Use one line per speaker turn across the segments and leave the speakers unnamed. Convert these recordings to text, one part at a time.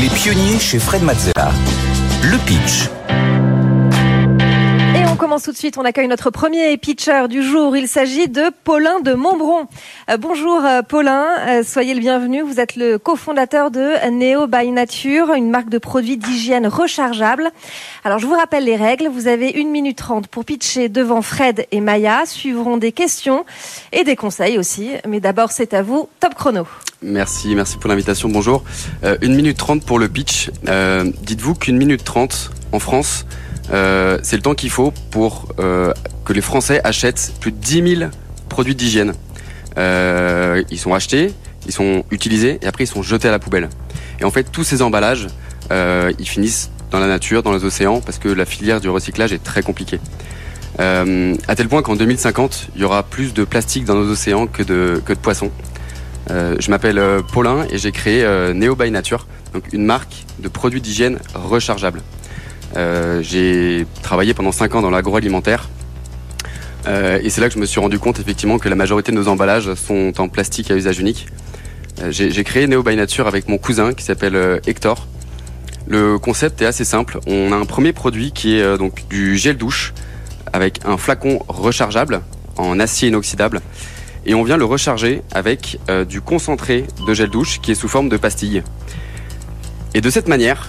Les pionniers chez Fred Mazzella. Le pitch.
Et on commence tout de suite. On accueille notre premier pitcher du jour. Il s'agit de Paulin de Montbron. Bonjour Paulin, soyez le bienvenu. Vous êtes le cofondateur de Neo by Nature, une marque de produits d'hygiène rechargeables. Alors je vous rappelle les règles. Vous avez 1 minute 30 pour pitcher devant Fred et Maya. Suivront des questions et des conseils aussi. Mais d'abord c'est à vous. Top chrono.
Merci pour l'invitation. Bonjour. 1 minute 30 pour le pitch. Dites-vous qu'1 minute 30 en France, c'est le temps qu'il faut pour que les Français achètent plus de 10 000 produits d'hygiène. Ils sont achetés, ils sont utilisés et après ils sont jetés à la poubelle. Et en fait, tous ces emballages, ils finissent dans la nature, dans les océans, parce que la filière du recyclage est très compliquée. À tel point qu'en 2050, il y aura plus de plastique dans nos océans que de poissons. Je m'appelle Paulin et j'ai créé Neo by Nature, donc une marque de produits d'hygiène rechargeables. J'ai travaillé pendant 5 ans dans l'agroalimentaire et c'est là que je me suis rendu compte effectivement que la majorité de nos emballages sont en plastique à usage unique. J'ai créé Neo by Nature avec mon cousin qui s'appelle Hector. Le concept est assez simple. On a un premier produit qui est donc du gel douche avec un flacon rechargeable en acier inoxydable et on vient le recharger avec du concentré de gel douche qui est sous forme de pastilles. Et de cette manière,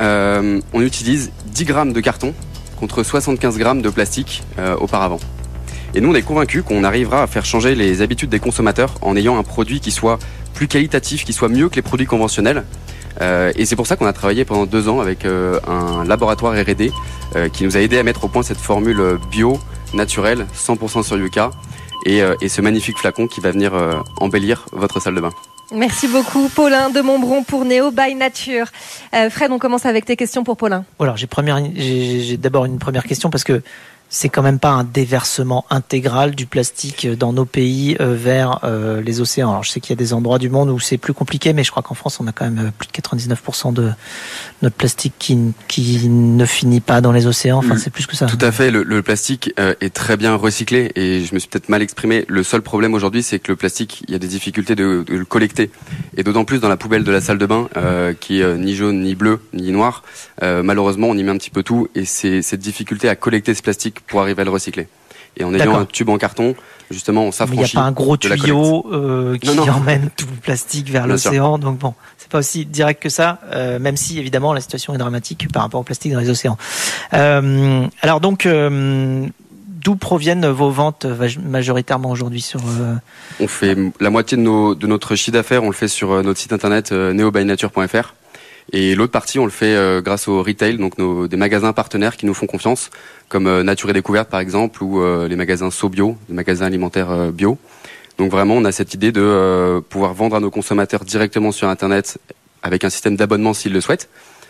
on utilise 10 grammes de carton contre 75 grammes de plastique auparavant. Et nous, on est convaincus qu'on arrivera à faire changer les habitudes des consommateurs en ayant un produit qui soit plus qualitatif, qui soit mieux que les produits conventionnels. Et c'est pour ça qu'on a travaillé pendant 2 ans avec un laboratoire R&D qui nous a aidé à mettre au point cette formule bio, naturelle, 100% sur Yucca et ce magnifique flacon qui va venir embellir votre salle de bain.
Merci beaucoup Paulin de Montbron pour Neo by Nature. Fred, on commence avec tes questions pour Paulin.
Alors j'ai d'abord une première question parce que c'est quand même pas un déversement intégral du plastique dans nos pays vers les océans. Alors je sais qu'il y a des endroits du monde où c'est plus compliqué, mais je crois qu'en France on a quand même plus de 99% de notre plastique qui ne finit pas dans les océans. Enfin c'est plus que ça.
Tout à fait. Le plastique est très bien recyclé et je me suis peut-être mal exprimé. Le seul problème aujourd'hui c'est que le plastique, il y a des difficultés de le collecter et d'autant plus dans la poubelle de la salle de bain qui est ni jaune, ni bleu, ni noir. Malheureusement on y met un petit peu tout et c'est cette difficulté à collecter ce plastique pour arriver à le recycler. Et en ayant un tube en carton, justement, on s'affranchit.
Mais il n'y a pas un gros tuyau qui emmène tout le plastique vers l'océan. Donc bon, c'est pas aussi direct que ça, même si évidemment la situation est dramatique par rapport au plastique dans les océans. Alors donc, d'où proviennent vos ventes majoritairement aujourd'hui sur
On fait la moitié de notre chiffre d'affaires, on le fait sur notre site internet neobynature.fr. Et l'autre partie, on le fait grâce au retail, donc des magasins partenaires qui nous font confiance, comme Nature et Découverte par exemple, ou les magasins SoBio, les magasins alimentaires bio. Donc vraiment, on a cette idée de pouvoir vendre à nos consommateurs directement sur Internet avec un système d'abonnement s'ils le souhaitent,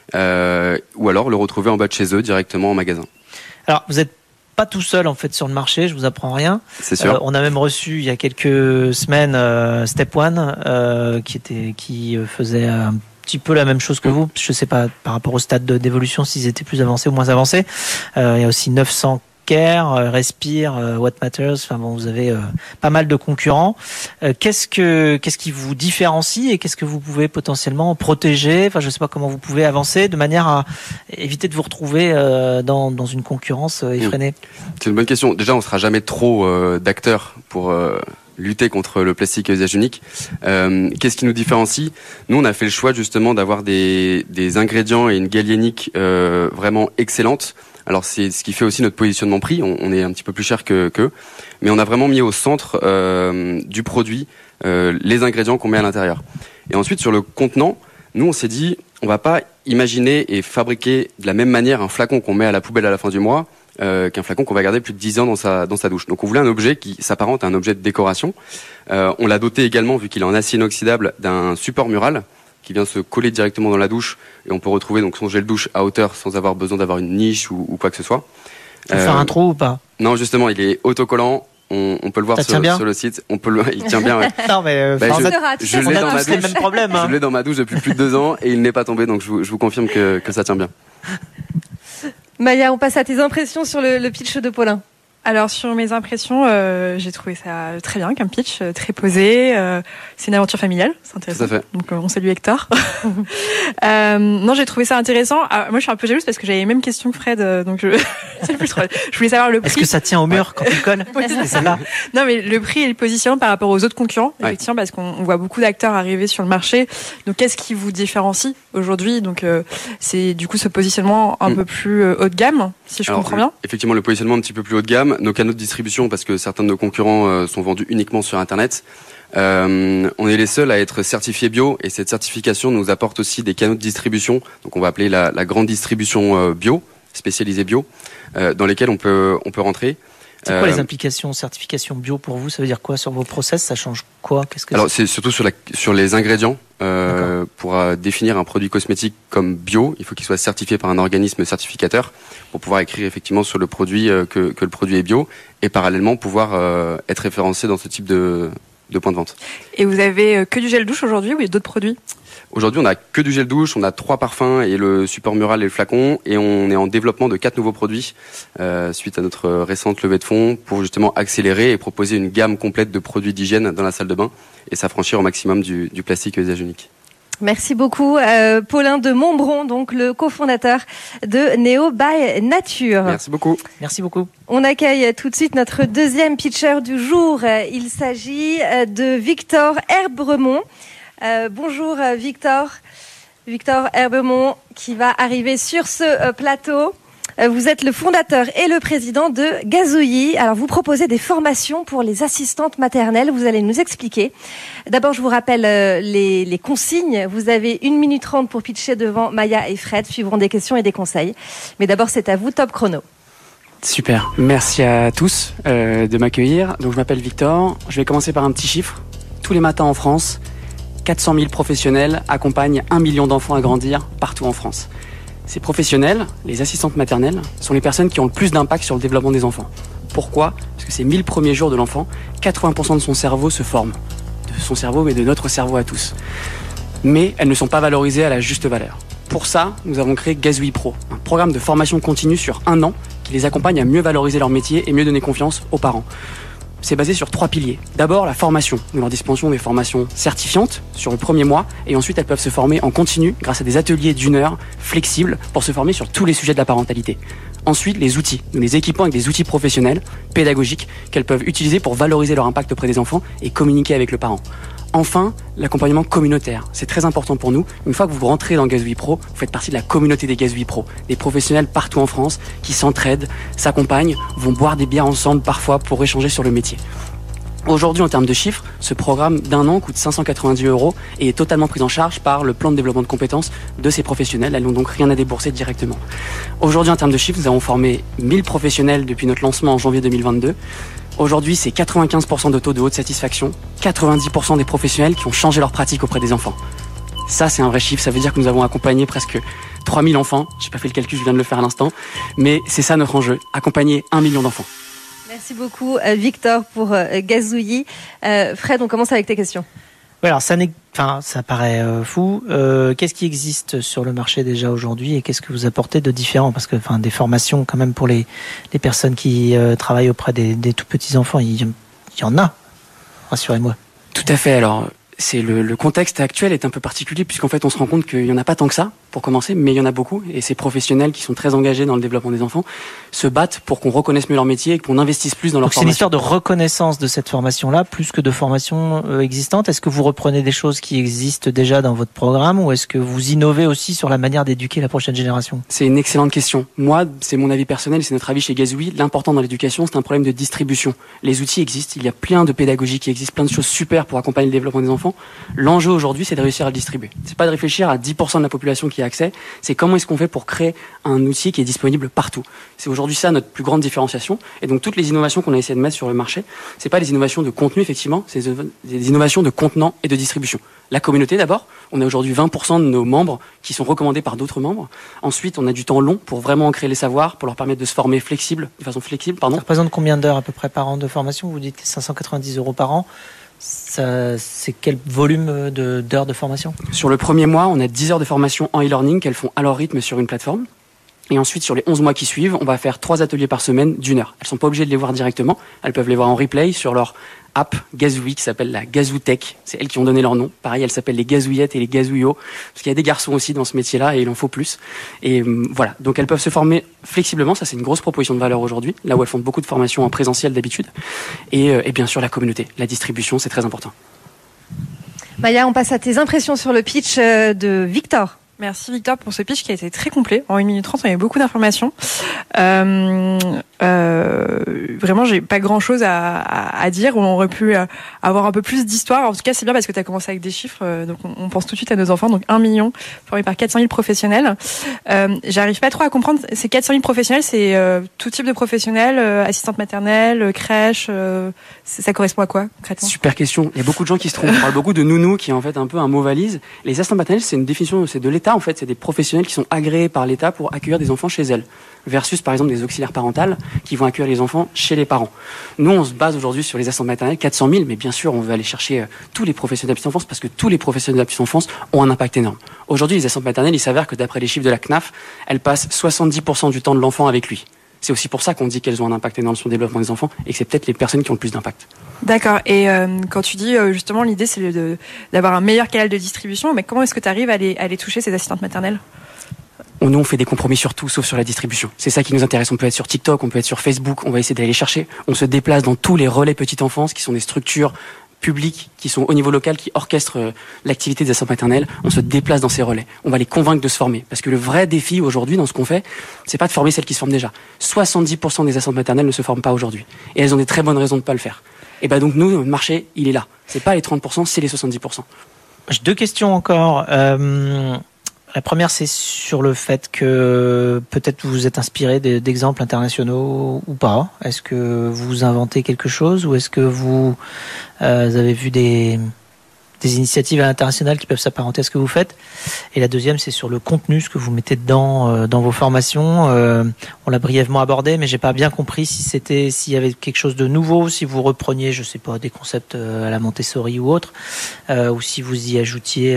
ou alors le retrouver en bas de chez eux directement en magasin.
Alors, vous êtes pas tout seul en fait sur le marché, je vous apprends rien.
C'est sûr.
On a même reçu il y a quelques semaines Step One qui faisait un petit peu la même chose que vous. Je sais pas par rapport au stade d'évolution s'ils étaient plus avancés ou moins avancés. Il y a aussi 900 Care, Respire, What Matters. Enfin bon, vous avez pas mal de concurrents. Qu'est-ce qui vous différencie et qu'est-ce que vous pouvez potentiellement protéger? Enfin, je sais pas comment vous pouvez avancer de manière à éviter de vous retrouver dans une concurrence effrénée.
C'est une bonne question. Déjà, on sera jamais trop d'acteurs pour lutter contre le plastique à usage unique. Qu'est-ce qui nous différencie? Nous, on a fait le choix justement d'avoir des ingrédients et une galénique vraiment excellente. Alors c'est ce qui fait aussi notre positionnement prix. On est un petit peu plus cher qu'eux, mais on a vraiment mis au centre du produit les ingrédients qu'on met à l'intérieur. Et ensuite sur le contenant, nous on s'est dit on va pas imaginer et fabriquer de la même manière un flacon qu'on met à la poubelle à la fin du mois qu'un flacon qu'on va garder plus de 10 ans dans sa douche. Donc on voulait un objet qui s'apparente à un objet de décoration. On l'a doté également, vu qu'il est en acier inoxydable, d'un support mural qui vient se coller directement dans la douche et on peut retrouver donc son gel douche à hauteur sans avoir besoin d'avoir une niche ou quoi que ce soit.
Faire un trou ou pas?
Non, justement, il est autocollant. On peut le voir sur le site. Il tient bien. Ouais.
Non mais
je l'ai dans ma douche.
Le même problème. Hein.
Je l'ai dans ma douche depuis plus de 2 ans et il n'est pas tombé, donc je vous confirme que ça tient bien.
Maya, on passe à tes impressions sur le pitch de Paulin.
Alors sur mes impressions, j'ai trouvé ça très bien comme pitch, très posé. C'est une aventure familiale, c'est intéressant.
Tout à fait.
Donc on salue Hector. Non, j'ai trouvé ça intéressant. Moi, je suis un peu jalouse parce que j'avais les mêmes questions que Fred, donc c'est plus trop. Je voulais savoir le prix.
Est-ce que ça tient au mur quand tu colles?
Oui,
c'est celle-là.
Non, mais le prix et le positionnement par rapport aux autres concurrents,
Ouais.
effectivement, parce qu'on voit beaucoup d'acteurs arriver sur le marché. Donc, qu'est-ce qui vous différencie aujourd'hui? Donc, c'est du coup ce positionnement un peu plus haut de gamme, si je comprends bien.
Effectivement, le positionnement un petit peu plus haut de gamme, nos canaux de distribution, parce que certains de nos concurrents sont vendus uniquement sur Internet. On est les seuls à être certifiés bio, et cette certification nous apporte aussi des canaux de distribution. Donc, on va appeler la grande distribution bio, spécialisée bio, dans lesquels on peut rentrer.
C'est quoi les implications certification bio pour vous? Ça veut dire quoi sur vos process? Ça change quoi? Qu'est-ce que
Alors c'est surtout sur les ingrédients. Pour définir un produit cosmétique comme bio, il faut qu'il soit certifié par un organisme certificateur pour pouvoir écrire effectivement sur le produit que le produit est bio, et parallèlement pouvoir être référencé dans ce type de point de vente.
Et vous avez que du gel douche aujourd'hui ou il y a d'autres produits?
Aujourd'hui, on n'a que du gel douche, on a 3 parfums et le support mural et le flacon, et on est en développement de 4 nouveaux produits suite à notre récente levée de fonds pour justement accélérer et proposer une gamme complète de produits d'hygiène dans la salle de bain et s'affranchir au maximum du plastique à usage unique.
Merci beaucoup, Paulin de Montbron, donc le cofondateur de Neo by Nature.
Merci beaucoup.
Merci beaucoup.
On accueille tout de suite notre deuxième pitcher du jour. Il s'agit de Victor Herbremont. Bonjour Victor. Victor Herbremont qui va arriver sur ce plateau. Vous êtes le fondateur et le président de Gazouillis. Alors, vous proposez des formations pour les assistantes maternelles. Vous allez nous expliquer. D'abord, je vous rappelle les consignes. Vous avez 1 minute 30 pour pitcher devant Maya et Fred. Suivront des questions et des conseils. Mais d'abord, c'est à vous, top chrono.
Super. Merci à tous de m'accueillir. Donc, je m'appelle Victor. Je vais commencer par un petit chiffre. Tous les matins en France, 400 000 professionnels accompagnent 1 million d'enfants à grandir partout en France. Ces professionnels, les assistantes maternelles, sont les personnes qui ont le plus d'impact sur le développement des enfants. Pourquoi? Parce que ces 1000 premiers jours de l'enfant, 80% de son cerveau se forme. De son cerveau, mais de notre cerveau à tous. Mais elles ne sont pas valorisées à la juste valeur. Pour ça, nous avons créé Gazouillis Pro, un programme de formation continue sur 1 an qui les accompagne à mieux valoriser leur métier et mieux donner confiance aux parents. C'est basé sur 3 piliers. D'abord, la formation. Nous leur dispensons des formations certifiantes sur le premier mois, et ensuite elles peuvent se former en continu grâce à des ateliers d'1 heure flexibles pour se former sur tous les sujets de la parentalité. Ensuite, les outils. Nous les équipons avec des outils professionnels, pédagogiques, qu'elles peuvent utiliser pour valoriser leur impact auprès des enfants et communiquer avec le parent. Enfin, l'accompagnement communautaire. C'est très important pour nous. Une fois que vous rentrez dans Gazouillis Pro, vous faites partie de la communauté des Gazouillis Pro. Des professionnels partout en France qui s'entraident, s'accompagnent, vont boire des bières ensemble parfois pour échanger sur le métier. Aujourd'hui, en termes de chiffres, ce programme d'1 an coûte 590 € et est totalement pris en charge par le plan de développement de compétences de ces professionnels. Elles n'ont donc rien à débourser directement. Aujourd'hui, en termes de chiffres, nous avons formé 1000 professionnels depuis notre lancement en janvier 2022. Aujourd'hui, c'est 95% de taux de haute satisfaction, 90% des professionnels qui ont changé leur pratique auprès des enfants. Ça, c'est un vrai chiffre. Ça veut dire que nous avons accompagné presque 3000 enfants. Je n'ai pas fait le calcul, je viens de le faire à l'instant. Mais c'est ça notre enjeu, accompagner 1 million d'enfants.
Merci beaucoup, Victor, pour Gazouillis. Fred, on commence avec tes questions.
Oui, alors ça paraît fou. Qu'est-ce qui existe sur le marché déjà aujourd'hui et qu'est-ce que vous apportez de différent? Parce que des formations quand même pour les personnes qui travaillent auprès des tout petits enfants, il y en a, rassurez-moi.
Tout à fait. Alors, c'est le contexte actuel est un peu particulier puisqu'en fait on se rend compte qu'il n'y en a pas tant que ça pour commencer, mais il y en a beaucoup, et ces professionnels qui sont très engagés dans le développement des enfants se battent pour qu'on reconnaisse mieux leur métier et qu'on investisse plus dans leur formation.
C'est une histoire de reconnaissance de cette formation-là, plus que de formation existante. Est-ce que vous reprenez des choses qui existent déjà dans votre programme, ou est-ce que vous innovez aussi sur la manière d'éduquer la prochaine génération?
C'est une excellente question. Moi, c'est mon avis personnel, c'est notre avis chez Gazouillis. L'important dans l'éducation, c'est un problème de distribution. Les outils existent, il y a plein de pédagogies qui existent, plein de choses super pour accompagner le développement des enfants. L'enjeu aujourd'hui, c'est de réussir à le distribuer. C'est pas de réfléchir à 10% de la population qui a accès, c'est comment est-ce qu'on fait pour créer un outil qui est disponible partout. C'est aujourd'hui ça notre plus grande différenciation. Et donc toutes les innovations qu'on a essayé de mettre sur le marché, c'est pas des innovations de contenu effectivement, c'est des innovations de contenant et de distribution. La communauté d'abord, on a aujourd'hui 20% de nos membres qui sont recommandés par d'autres membres. Ensuite, on a du temps long pour vraiment ancrer les savoirs, pour leur permettre de se former de façon flexible.
Ça représente combien d'heures à peu près par an de formation? Vous dites 590 € par an. C'est quel volume d'heures de formation?
Sur le premier mois, on a 10 heures de formation en e-learning qu'elles font à leur rythme sur une plateforme. Et ensuite, sur les 11 mois qui suivent, on va faire 3 ateliers par semaine d'1 heure. Elles sont pas obligées de les voir directement. Elles peuvent les voir en replay sur leur app Gazouille qui s'appelle la Gazoutech. C'est elles qui ont donné leur nom. Pareil, elles s'appellent les Gazouillettes et les Gazouillots. Parce qu'il y a des garçons aussi dans ce métier-là et il en faut plus. Et voilà. Donc elles peuvent se former flexiblement. Ça, c'est une grosse proposition de valeur aujourd'hui. Là où elles font beaucoup de formations en présentiel d'habitude. Et bien sûr, la communauté. La distribution, c'est très important.
Maya, on passe à tes impressions sur le pitch de Victor.
Merci Victor pour ce pitch qui a été très complet. En 1 minute 30, on avait beaucoup d'informations. Vraiment, j'ai pas grand chose à dire. On aurait pu avoir un peu plus d'histoire. En tout cas, c'est bien parce que tu as commencé avec des chiffres. Donc, on pense tout de suite à nos enfants. Donc, 1 million formés par 400 000 professionnels. J'arrive pas trop à comprendre. Ces 400 000 professionnels, c'est tout type de professionnels, assistante maternelle, crèche. Ça correspond à quoi, concrètement?
Super question. Il y a beaucoup de gens qui se trompent. On parle beaucoup de nounou, qui est en fait un peu un mot valise. Les assistantes maternelles, c'est une définition, c'est de l'État, en fait. C'est des professionnels qui sont agréés par l'État pour accueillir des enfants chez elles. Versus, par exemple, des auxiliaires parentales qui vont accueillir les enfants chez les parents. Nous, on se base aujourd'hui sur les assistantes maternelles, 400 000, mais bien sûr, on veut aller chercher tous les professionnels de la petite enfance parce que tous les professionnels de la petite enfance ont un impact énorme. Aujourd'hui, les assistantes maternelles, il s'avère que d'après les chiffres de la CNAF, elles passent 70% du temps de l'enfant avec lui. C'est aussi pour ça qu'on dit qu'elles ont un impact énorme sur le développement des enfants et que c'est peut-être les personnes qui ont le plus d'impact.
D'accord. Et quand tu dis justement l'idée c'est d'avoir un meilleur canal de distribution, mais comment est-ce que tu arrives à les toucher, ces assistantes maternelles?
Nous, on fait des compromis sur tout, sauf sur la distribution. C'est ça qui nous intéresse. On peut être sur TikTok, on peut être sur Facebook, on va essayer d'aller les chercher. On se déplace dans tous les relais petite enfance, qui sont des structures publiques, qui sont au niveau local, qui orchestrent l'activité des assistantes maternelles. On se déplace dans ces relais. On va les convaincre de se former. Parce que le vrai défi aujourd'hui, dans ce qu'on fait, c'est pas de former celles qui se forment déjà. 70% des assistantes maternelles ne se forment pas aujourd'hui. Et elles ont des très bonnes raisons de pas le faire. Et ben donc, nous, notre marché, il est là. C'est pas les 30%, c'est les 70%.
J'ai 2 questions encore. La première, c'est sur le fait que peut-être vous vous êtes inspiré d'exemples internationaux ou pas. Est-ce que vous inventez quelque chose ou est-ce que vous avez vu des initiatives internationales qui peuvent s'apparenter à ce que vous faites? Et la deuxième, c'est sur le contenu, ce que vous mettez dedans dans vos formations. On l'a brièvement abordé, mais j'ai pas bien compris s'il y avait quelque chose de nouveau, si vous repreniez, je sais pas, des concepts à la Montessori ou autre, ou si vous y ajoutiez...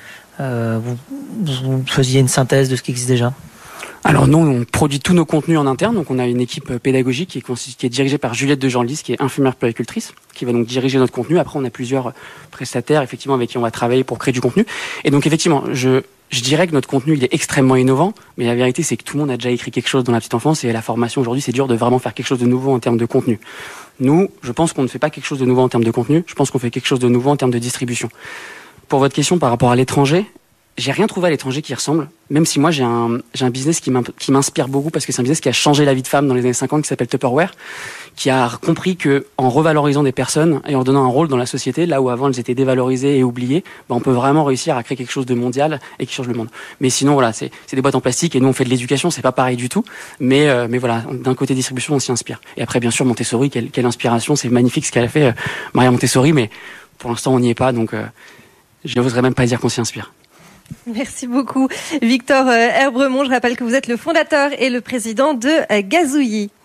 vous faisiez une synthèse de ce qui existe déjà?
Alors nous, on produit tous nos contenus en interne, donc on a une équipe pédagogique qui est dirigée par Juliette de Genlis, qui est infirmière puéricultrice, qui va donc diriger notre contenu. Après, on a plusieurs prestataires, effectivement, avec qui on va travailler pour créer du contenu. Et donc, effectivement, je dirais que notre contenu, il est extrêmement innovant, mais la vérité, c'est que tout le monde a déjà écrit quelque chose dans la petite enfance, et à la formation, aujourd'hui, c'est dur de vraiment faire quelque chose de nouveau en termes de contenu. Nous, je pense qu'on ne fait pas quelque chose de nouveau en termes de contenu, je pense qu'on fait quelque chose de nouveau en termes de distribution. Pour votre question par rapport à l'étranger, j'ai rien trouvé à l'étranger qui ressemble, même si moi j'ai un business qui m'inspire beaucoup parce que c'est un business qui a changé la vie de femme dans les années 50 qui s'appelle Tupperware, qui a compris que en revalorisant des personnes et en donnant un rôle dans la société, là où avant elles étaient dévalorisées et oubliées, on peut vraiment réussir à créer quelque chose de mondial et qui change le monde. Mais sinon voilà, c'est des boîtes en plastique et nous on fait de l'éducation, c'est pas pareil du tout, mais voilà, d'un côté distribution on s'y inspire. Et après bien sûr Montessori, quelle inspiration, c'est magnifique ce qu'elle a fait Maria Montessori, mais pour l'instant on n'y est pas, donc je n'oserais même pas dire qu'on s'y inspire.
Merci beaucoup. Victor Herbremont, je rappelle que vous êtes le fondateur et le président de Gazouille.